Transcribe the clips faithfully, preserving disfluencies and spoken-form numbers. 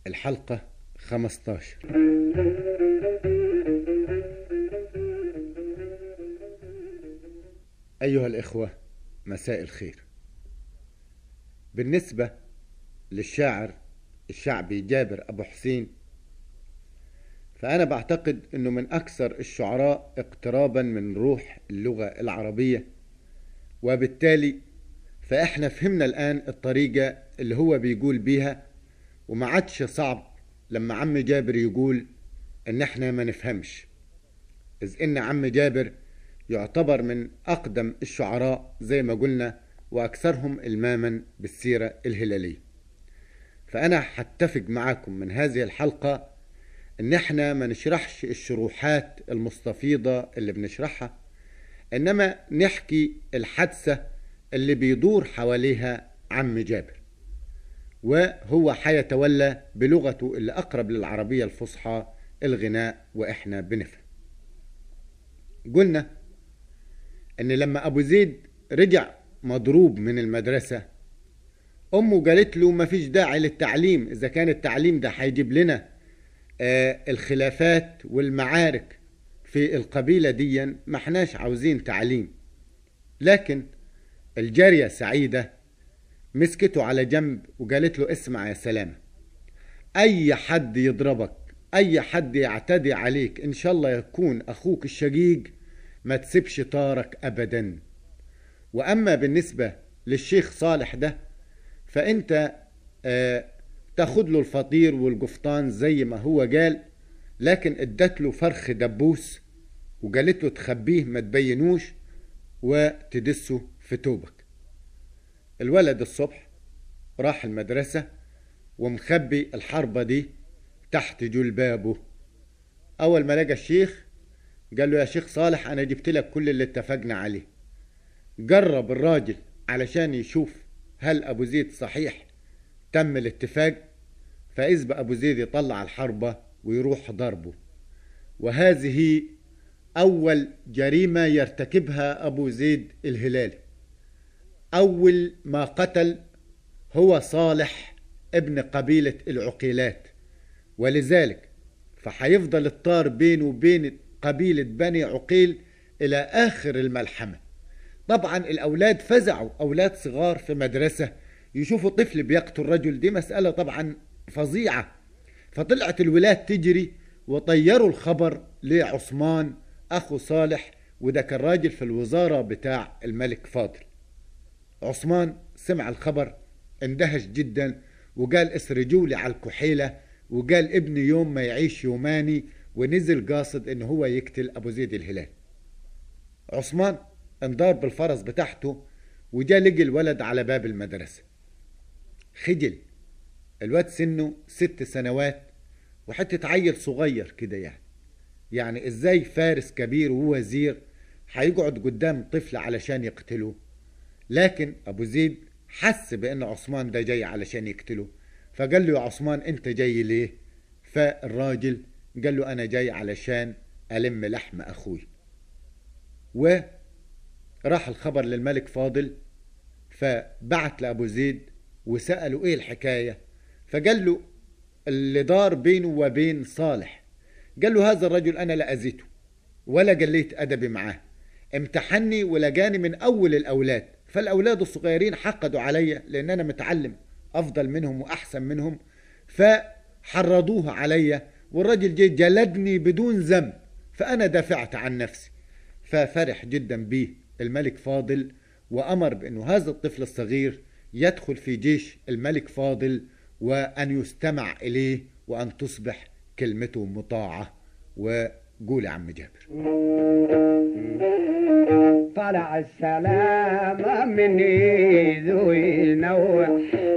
الحلقة خمستاشر. أيها الإخوة، مساء الخير. بالنسبة للشاعر الشعبي جابر أبو حسين، فأنا بعتقد أنه من أكثر الشعراء اقترابا من روح اللغة العربية، وبالتالي فإحنا فهمنا الآن الطريقة اللي هو بيقول بيها، وما عادش صعب لما عم جابر يقول ان احنا ما نفهمش، اذ ان عم جابر يعتبر من اقدم الشعراء زي ما قلنا، واكثرهم الماما بالسيرة الهلالية. فانا هتفق معاكم من هذه الحلقة ان احنا ما نشرحش الشروحات المستفيضة اللي بنشرحها، انما نحكي الحادثة اللي بيدور حواليها عم جابر، وهو حيتولى بلغته اللي أقرب للعربية الفصحى الغناء وإحنا بنفهم. قلنا إن لما أبو زيد رجع مضروب من المدرسة، أمه قالت له ما فيش داعي للتعليم، إذا كان التعليم ده هيجيب لنا آه الخلافات والمعارك في القبيلة دي، ما احناش عاوزين تعليم. لكن الجارية سعيدة مسكته على جنب وقالت له اسمع يا سلامة، اي حد يضربك، اي حد يعتدي عليك، ان شاء الله يكون اخوك الشقيق، ما تسيبش طارك ابدا. واما بالنسبة للشيخ صالح ده، فانت آه تاخد له الفطير والقفطان زي ما هو قال، لكن ادت له فرخ دبوس وقالت له تخبيه ما تبينوش وتدسه في توبك. الولد الصبح راح المدرسة ومخبي الحربة دي تحت جلبابه. أول ما لقى الشيخ قال له يا شيخ صالح، أنا جبت لك كل اللي اتفقنا عليه. جرب الراجل علشان يشوف هل أبو زيد صحيح تم الاتفاق، فإذ أبو زيد يطلع الحربة ويروح ضربه. وهذه أول جريمة يرتكبها أبو زيد الهلالي. أول ما قتل هو صالح ابن قبيلة العقيلات، ولذلك فحيفضل الطار بينه وبين قبيلة بني عقيل إلى آخر الملحمة. طبعا الأولاد فزعوا، أولاد صغار في مدرسة يشوفوا طفل بيقتل رجل، دي مسألة طبعا فظيعة. فطلعت الولاد تجري وطيروا الخبر لعثمان أخو صالح، وده كان راجل في الوزارة بتاع الملك فاضل. عثمان سمع الخبر اندهش جدا وقال اسرجوا لي على الكحيلة، وقال ابني يوم ما يعيش يوماني، ونزل قاصد ان هو يقتل ابو زيد الهلال. عثمان اندار بالفرس بتاعته وجا لقي الولد على باب المدرسة. خجل، الواد سنه ست سنوات وحتة عيل صغير كده، يعني يعني ازاي فارس كبير ووزير هيقعد قدام طفل علشان يقتله؟ لكن ابو زيد حس بان عثمان ده جاي علشان يقتله، فقال له يا عثمان انت جاي ليه؟ فالراجل قال له انا جاي علشان الم لحم اخوي. وراح الخبر للملك فاضل، فبعت لابو زيد وسأله ايه الحكاية، فقال له اللي دار بينه وبين صالح، قال له هذا الرجل انا لا اذيته ولا قليت ادبي معاه، امتحني ولقاني من اول الاولاد، فالاولاد الصغيرين حقدوا عليا لان انا متعلم افضل منهم واحسن منهم، فحرضوها عليا، والرجل جي جلدني بدون ذنب، فانا دافعت عن نفسي. ففرح جدا به الملك فاضل، وامر بانه هذا الطفل الصغير يدخل في جيش الملك فاضل، وان يستمع اليه، وان تصبح كلمته مطاعة. وقول يا عم جابر. طلع السلامة من ايده ينوح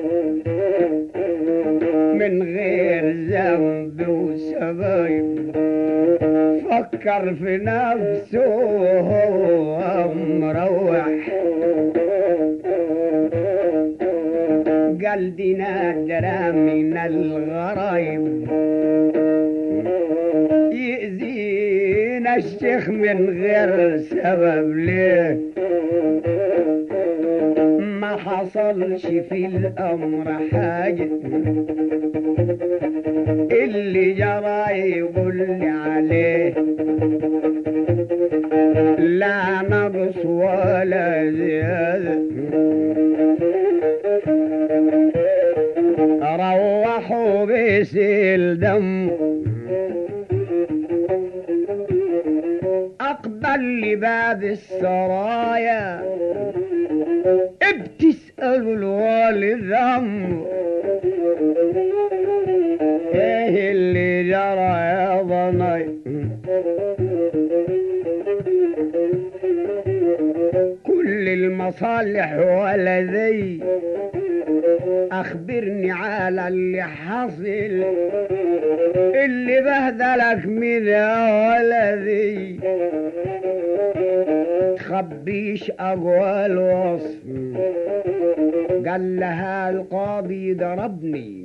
من غير ذنب وسبب، فكر في نفسه وهو مروح، قال دي نادرة من الغرايب، يأذينا الشيخ من غير سبب، ليه ما حصلش في الأمر حاجة، اللي جرى يقول لي عليه لا نقص ولا زيادة. روحوا بيسيل دم أقبل لباب السرايا بتسأل الوالد عمه ايه اللي جرى يا ضناي؟ كل المصالح ولا ذي اخبرني على اللي حصل اللي بهدلك من ولا ذي تخبيش اقوال وصف. قال لها القاضي ضربني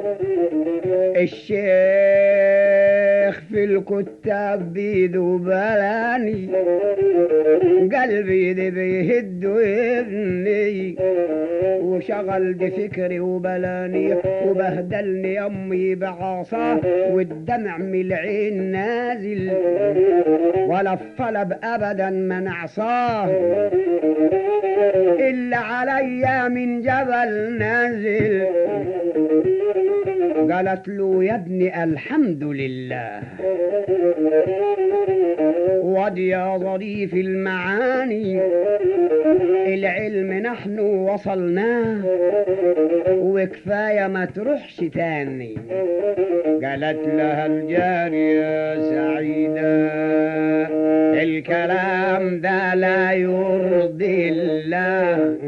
الشيخ في الكتاب بيدو بلاني قلبي دي بيهد ويبني وشغل دي فكري وبلاني وبهدلني امي بعصاه والدمع من العين نازل ولا الطلب ابدا من عصاه الا عليا من جبل نازل. قالت له يا ابني الحمد لله واد يا ظريف المعاني العلم نحن وصلناه وكفاية ما تروحش تاني. قالت لها الجارية سعيدة الكلام ده لا يرضي الله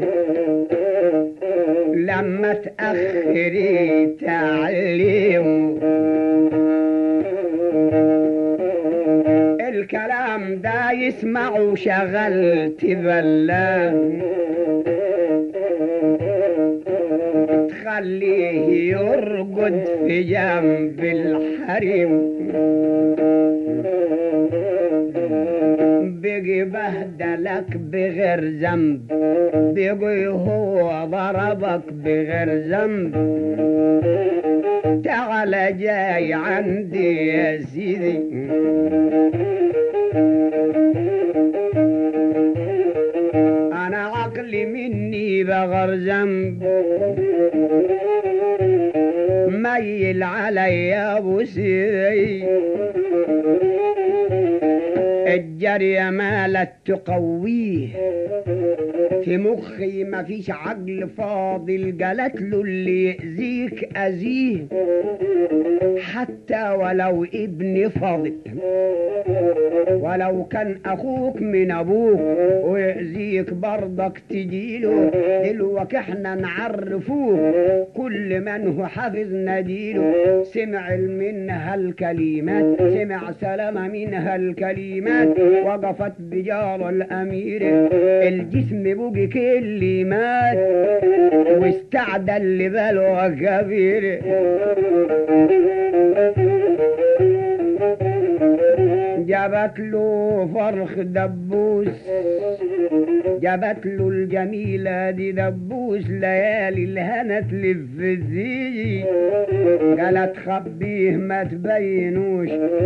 لما تأخري تعليم. الكلام ده يسمع وشغلت بلاه تخليه يرقد في جنب الحريم بيجي بهدلك بغير ذنب بيجي هو ضربك بغير ذنب. تعال جاي عندي يا سيدي انا عقلي مني بغير ذنب ميل علي ابو سيدي الجري مالت تقويه في مخي ما فيش عقل فاضل. قالت له اللي يأذيك أذيه حتى ولو ابن فاضل ولو كان أخوك من أبوك ويأذيك برضك تجيله دلوك احنا نعرفوه كل من هو حافظ نديله. سمع منها الكلمات سمع سلامة منها الكلمات وقفت بجار الأمير الجسم بوجي كلمات واستعدى اللي باله كبير. جابت له فرخ دبوس جابت له الجميلة دي دبوس ليالي الهنا تلف الزي. قالت خبيه ما تبينوش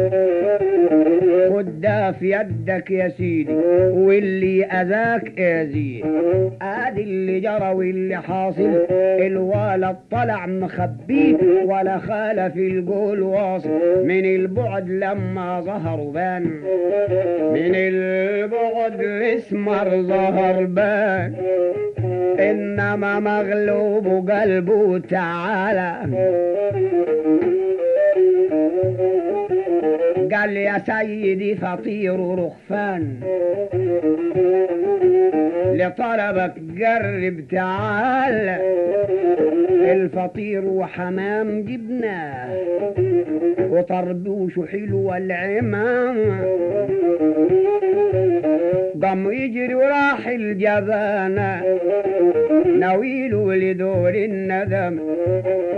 خدها في يدك يا سيدي واللي اذاك اذيه. ادي اللي جرى واللي حاصل الولد طلع مخبيه ولا خالف القول واصل من البعد لما ظهر بان من البعد الاسمر ظهر بان انما مغلوب قلبه تعالى. قال يا سيدي فطير رخفان لطلبك قرب تعال الفطير وحمام جبناه وطربوش حلو العمام. قام يجري وراح الجبانة نويله لدور الندم.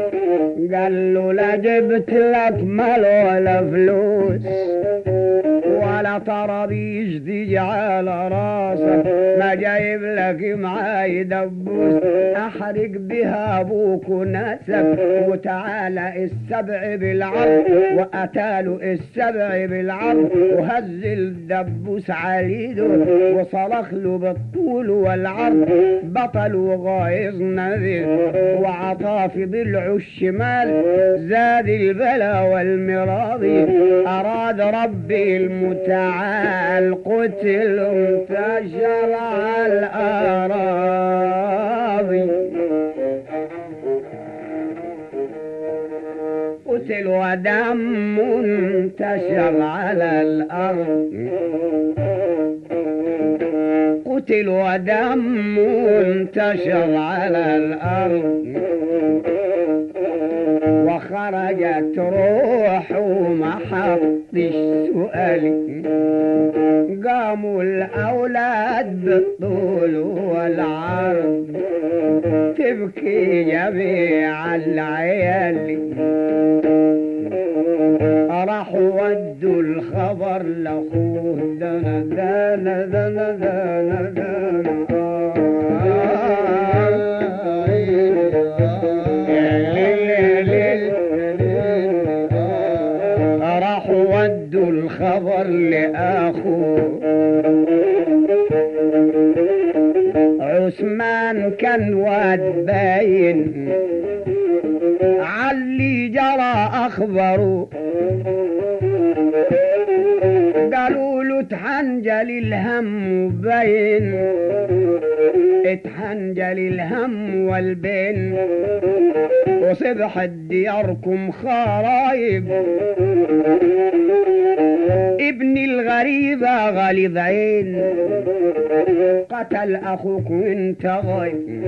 قال له لا جبت لك مال ولا فلوس ولا ترى بيش تيجي على راسك ما جايب لك معاي دبوس احرق بها ابوك وناسك وتعالى السبع بالعرض واتاله السبع بالعرض وهز الدبوس عليده وصرخ له بالطول والعرض بطل وغايظ نذير وعطاه في ضلعه الشمال زاد البلا والمراضي اراد ربي المتعال قتل انتشر على الاراضي قتل ودم انتشر على الارض قتل ودم انتشر على الارض وخرجت روح وما حطش سؤالي قاموا الاولاد بالطول والعرض تبكي جميع العيال راحوا ودوا الخبر لاخوه دنا دنا دنا دنا دنا راحوا ودوا الخبر لاخوه عثمان كان واد باين علي جرى اخبره قالوا له اتحنجل الهم باين اتحنجل الهم والبين وصبحت دياركم خرايب ابن الغريبة غليظ عين قتل اخوك وانت غايب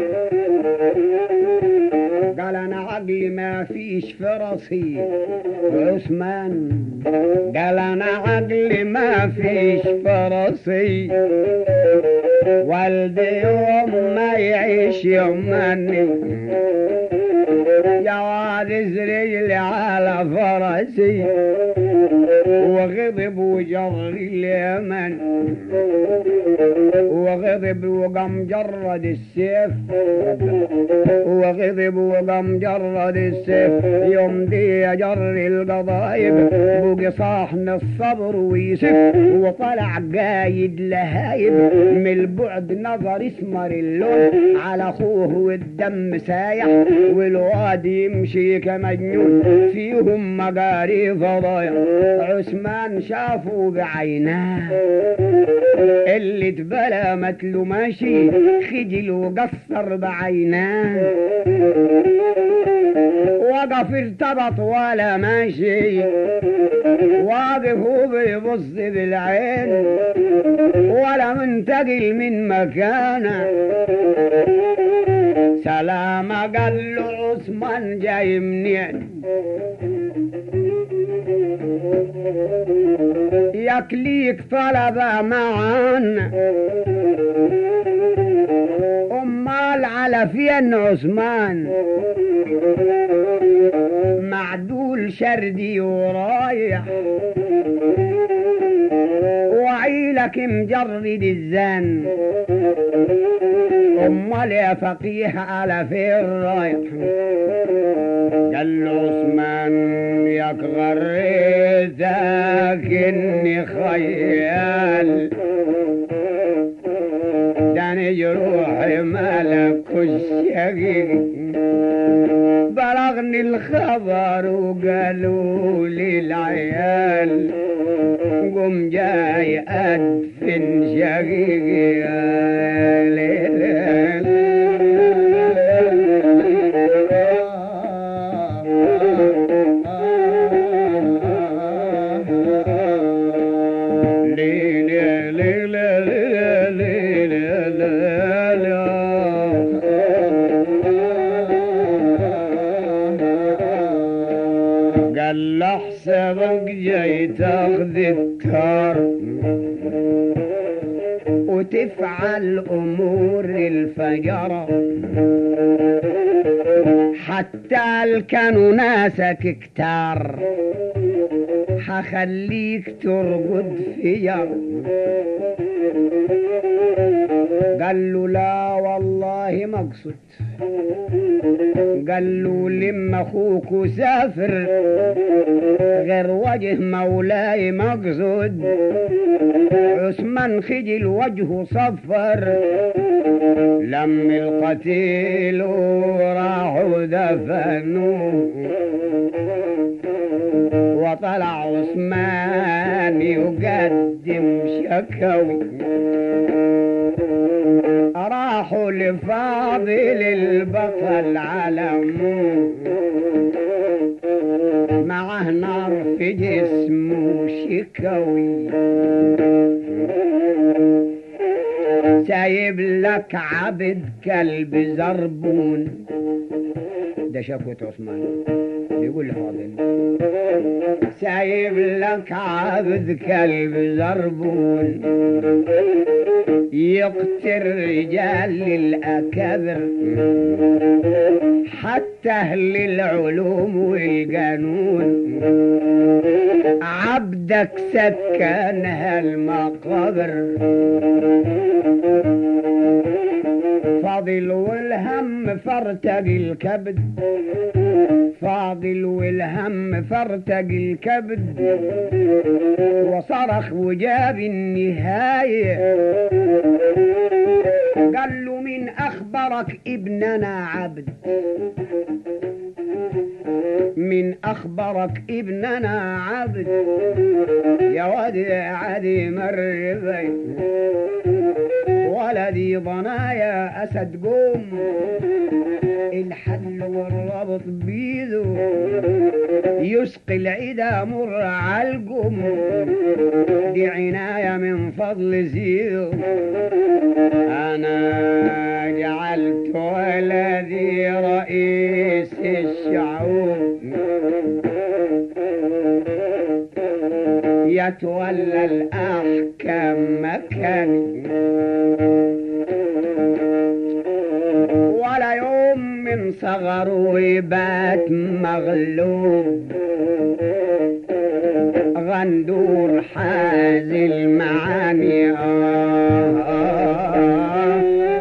قال انا عقلي ما فيش فرصي عثمان قال انا عقلي ما فيش فرصي والدي يوم ما يعيش يوماني يا واد رجلي على فرسي وغضب وجر اليمن وغضب وقام جرد السيف وغضب وقام جرد السيف يوم دي جر القضايب بوقي صاحن الصبر ويسف وطلع قايد لهايب من البعد نظر اسمر اللون على اخوه والدم سايح والواد يمشي كمجنون فيهم مقاري فضايح عثمان شافوا بعيناه اللي تبلى متلو ماشي خجل وقصر بعيناه وقف ارتبط ولا ماشي واقف وبيبص بالعين ولا منتقل من مكانه سلامة قال له عثمان جاي منين يكليك طلبة معانا امال على فين عثمان معدول شردي ورايح وعيلك مجرد الزن امال يا فقيه على فين رايح قال له عثمان ياك غريتك اني خيال داني جروحي مالك الشقيق بلغني الخبر وقالوا لي العيال قم جاي ادفن شقيقي يا ليل قال له حسابك جاي تاخذ التار وتفعل امور الفجرة حتى كانوا ناسك كتار حخليك ترقد في جر. قال له لا والله مقصد. قال له لما اخوك وسافر غير وجه مولاي مقصود. عثمان خجل وجهه صفر لم القتيل وراحوا دفنوه. وطلع عثمان يقدم شكوي. راحوا لفاضل البطل علموه معه نار في جسمه شكوي. سايب لك عبد كلب زربون. ده شكوة عثمان يقول لفاضل سايب لك عبد كلب زربون يقتل رجال الأكابر حتى أهل العلوم والقانون. عبدك سكنها المقابر. فاضل والهم فرتق الكبد. فاضل والهم فرتق الكبد وصرخ وجاب النهاية. قال له من أخبرك ابننا عبد؟ من أخبرك ابننا عبد؟ يا ودي عدي مر بين ولدي ضنايا أسد قوم. الحل والربط بيده يسقي العدا مر عالقم. دي عناية من فضل زيده. أنا جعلت ولدي رئيس الشعوب يتولى الأحكام مكاني. ولا يوم من صغره يبات مغلوب. غندور حاز المعاني. آه آه.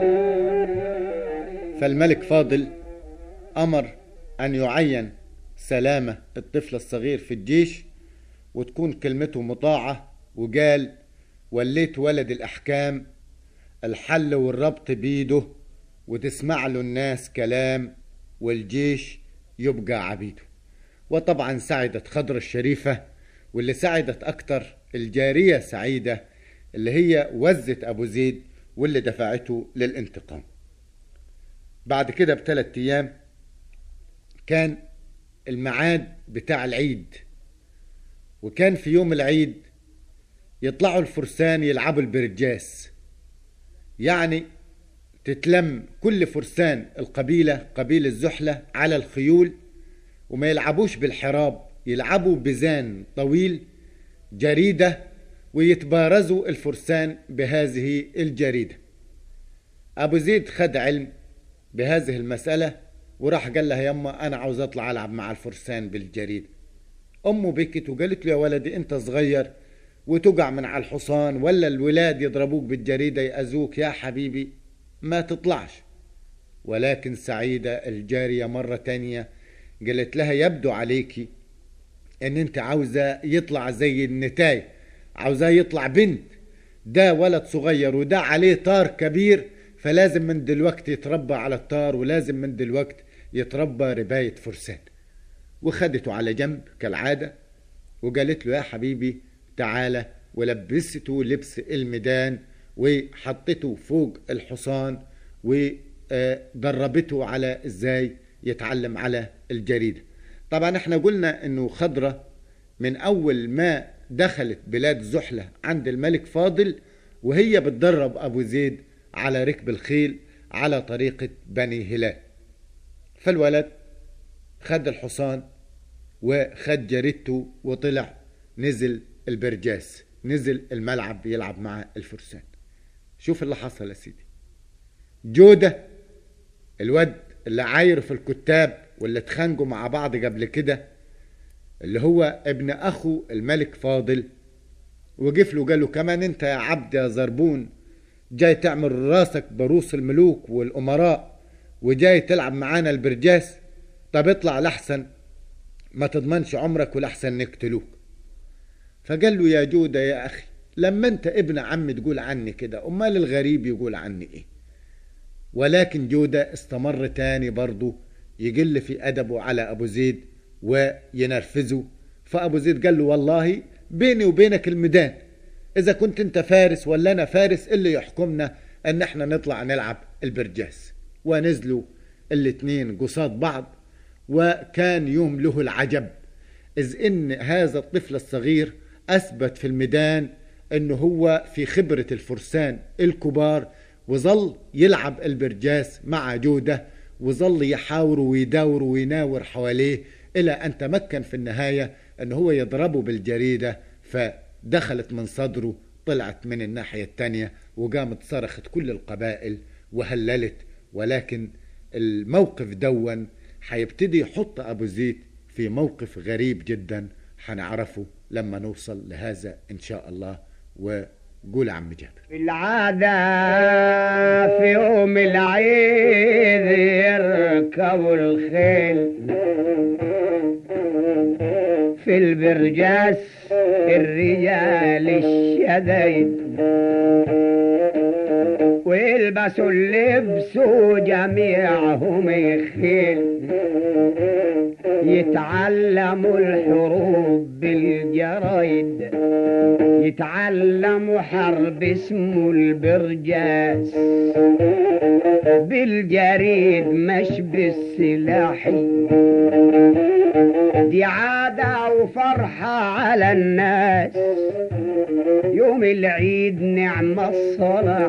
فالملك فاضل أمر أن يعين سلامة الطفل الصغير في الجيش وتكون كلمته مطاعة. وقال وليت ولد الأحكام الحل والربط بيده وتسمع له الناس كلام والجيش يبقى عبيده. وطبعا سعدت خضر الشريفة واللي سعدت أكتر الجارية سعيدة اللي هي وزت أبو زيد واللي دفعته للانتقام. بعد كده بثلاث أيام كان الميعاد بتاع العيد. وكان في يوم العيد يطلعوا الفرسان يلعبوا البرجاس. يعني تتلم كل فرسان القبيلة قبيلة الزحلة على الخيول وما يلعبوش بالحراب. يلعبوا بزان طويل جريدة ويتبارزوا الفرسان بهذه الجريدة. أبو زيد خد علم بهذه المسألة وراح قال لها يما أنا عاوز أطلع ألعب مع الفرسان بالجريدة. أمه بكت وقالت له يا ولدي أنت صغير وتقع من على الحصان ولا الولاد يضربوك بالجريدة يأذوك. يا حبيبي ما تطلعش. ولكن سعيدة الجارية مرة تانية قالت لها يبدو عليكي ان انت عاوزة يطلع زي النتاي، عاوزاه يطلع بنت. ده ولد صغير وده عليه طار كبير، فلازم من دلوقتي يتربى على الطار ولازم من دلوقتي يتربى رباية فرسان. وخدته على جنب كالعادة وقالت له يا حبيبي تعالى، ولبسته لبس الميدان وحطته فوق الحصان ودربته على ازاي يتعلم على الجريدة. طبعا احنا قلنا انه خضرة من اول ما دخلت بلاد زحلة عند الملك فاضل وهي بتدرب ابو زيد على ركب الخيل على طريقة بني هلال. فالولد خد الحصان وخد جريدته وطلع نزل البرجاس، نزل الملعب يلعب مع الفرسان. شوف اللي حصل يا سيدي. جودة الواد اللي عاير في الكتاب واللي اتخانقوا مع بعض قبل كده اللي هو ابن أخو الملك فاضل، وقف له قال له كمان انت يا عبد يا زربون جاي تعمل راسك بروس الملوك والأمراء وجاي تلعب معانا البرجاس؟ طب اطلع لحسن ما تضمنش عمرك ولحسن نقتلوك. فقال له يا جودة يا أخي لما انت ابن عم تقول عني كده، امال الغريب يقول عني ايه؟ ولكن جودة استمر تاني برضه يقل في أدبه على أبو زيد وينرفزه. فأبو زيد قال له والله بيني وبينك الميدان، إذا كنت أنت فارس ولا أنا فارس اللي يحكمنا أن احنا نطلع نلعب البرجاس. ونزلوا الاتنين قصاد بعض، وكان يوم له العجب، إذ إن هذا الطفل الصغير أثبت في الميدان أنه هو في خبرة الفرسان الكبار، وظل يلعب البرجاس مع جودة، وظل يحاور ويداور ويناور حواليه إلى أن تمكن في النهاية أن هو يضربه بالجريدة، فدخلت من صدره طلعت من الناحية التانية، وقامت صرخت كل القبائل وهللت. ولكن الموقف دون حيبتدي يحط أبو زيد في موقف غريب جدا حنعرفه لما نوصل لهذا إن شاء الله. وقول عم جابر. العادة في يوم العيد يركبوا الخيل في البرجاس الرجال الشديد، ويلبسوا اللبس وجميعهم يخيل، يتعلموا الحروب بالجرايد، يتعلموا حرب اسمه البرجاس بالجريد مش بالسلاح. دي عادة وفرحة على الناس يوم العيد نعم الصلاح.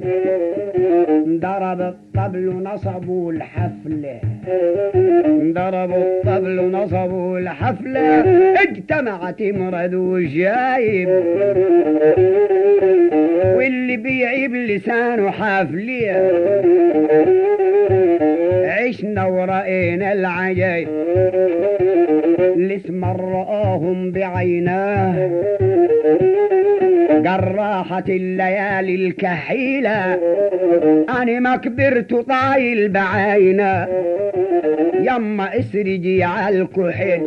ضرب الطبل ونصبوا الحفلة، ضربوا الطبل ونصبوا الحفلة، اجتمعت مرد وجايب، واللي بيعيب لسانه حافلية. عشنا ورأينا العجايب، الاسمر رآهم بعيناه، جراحة الليالي الكحيلة، أنا ما كبرت طايل بعينه، يما اسرجي عالكحل،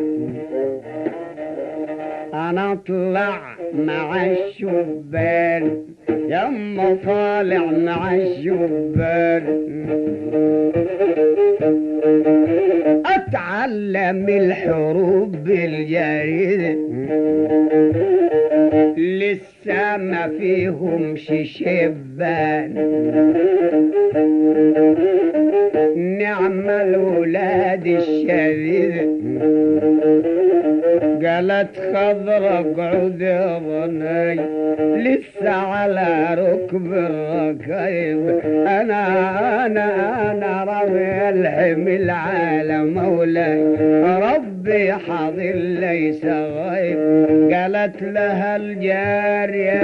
أنا أطلع مع الشبان، يما طالع مع الشبان، أتعلم الحروب بالجريدة، لسه ما فيهمش شبان، نعم الولاد الشديد. قالت خضرة اقعد يا ظني، لسه على ركب الركايب، انا انا انا رامي الحمل على مولاي، ربي حاضر ليس غيب. قالت لها الجارية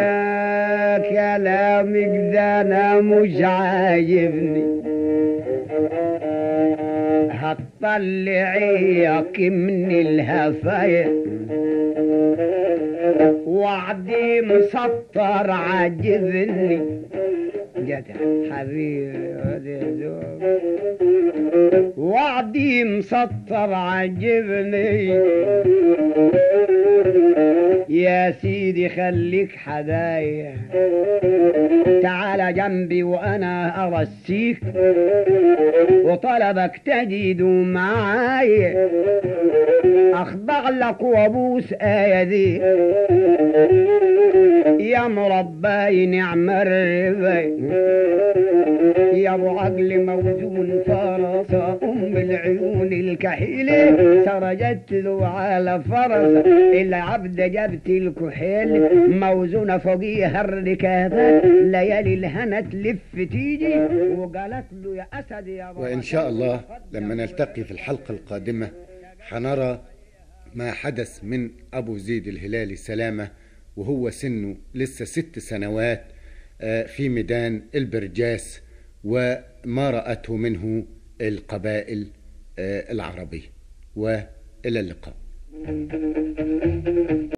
كلامك ده انا مش عاجبني، هتطلعيك من الهفاية، وعدي مسطر عاجبني، جدع حبيبي وعدي مسطر عاجبني، يا سيدي خليك حدايا، تعال جنبي وانا ارسيك، وطلبك تجد معاي، اخضع لك وابوس ايدي، يا مرباي نعم الرباي، يا ابو عقل موزون فرس ام العيون الكحيله، سرجت له على فرس العبد جبت الكحيل، موزونه فوقيها الركابات، ليالي الهنا تلف تيجي، وقالت له يا اسد يا ابو. وان شاء الله لما نلتقي في الحلقه القادمه حنرى ما حدث من ابو زيد الهلالي سلامه وهو سنه لسه ست سنوات في ميدان البرجاس، وما رأته منه القبائل العربية. وإلى اللقاء.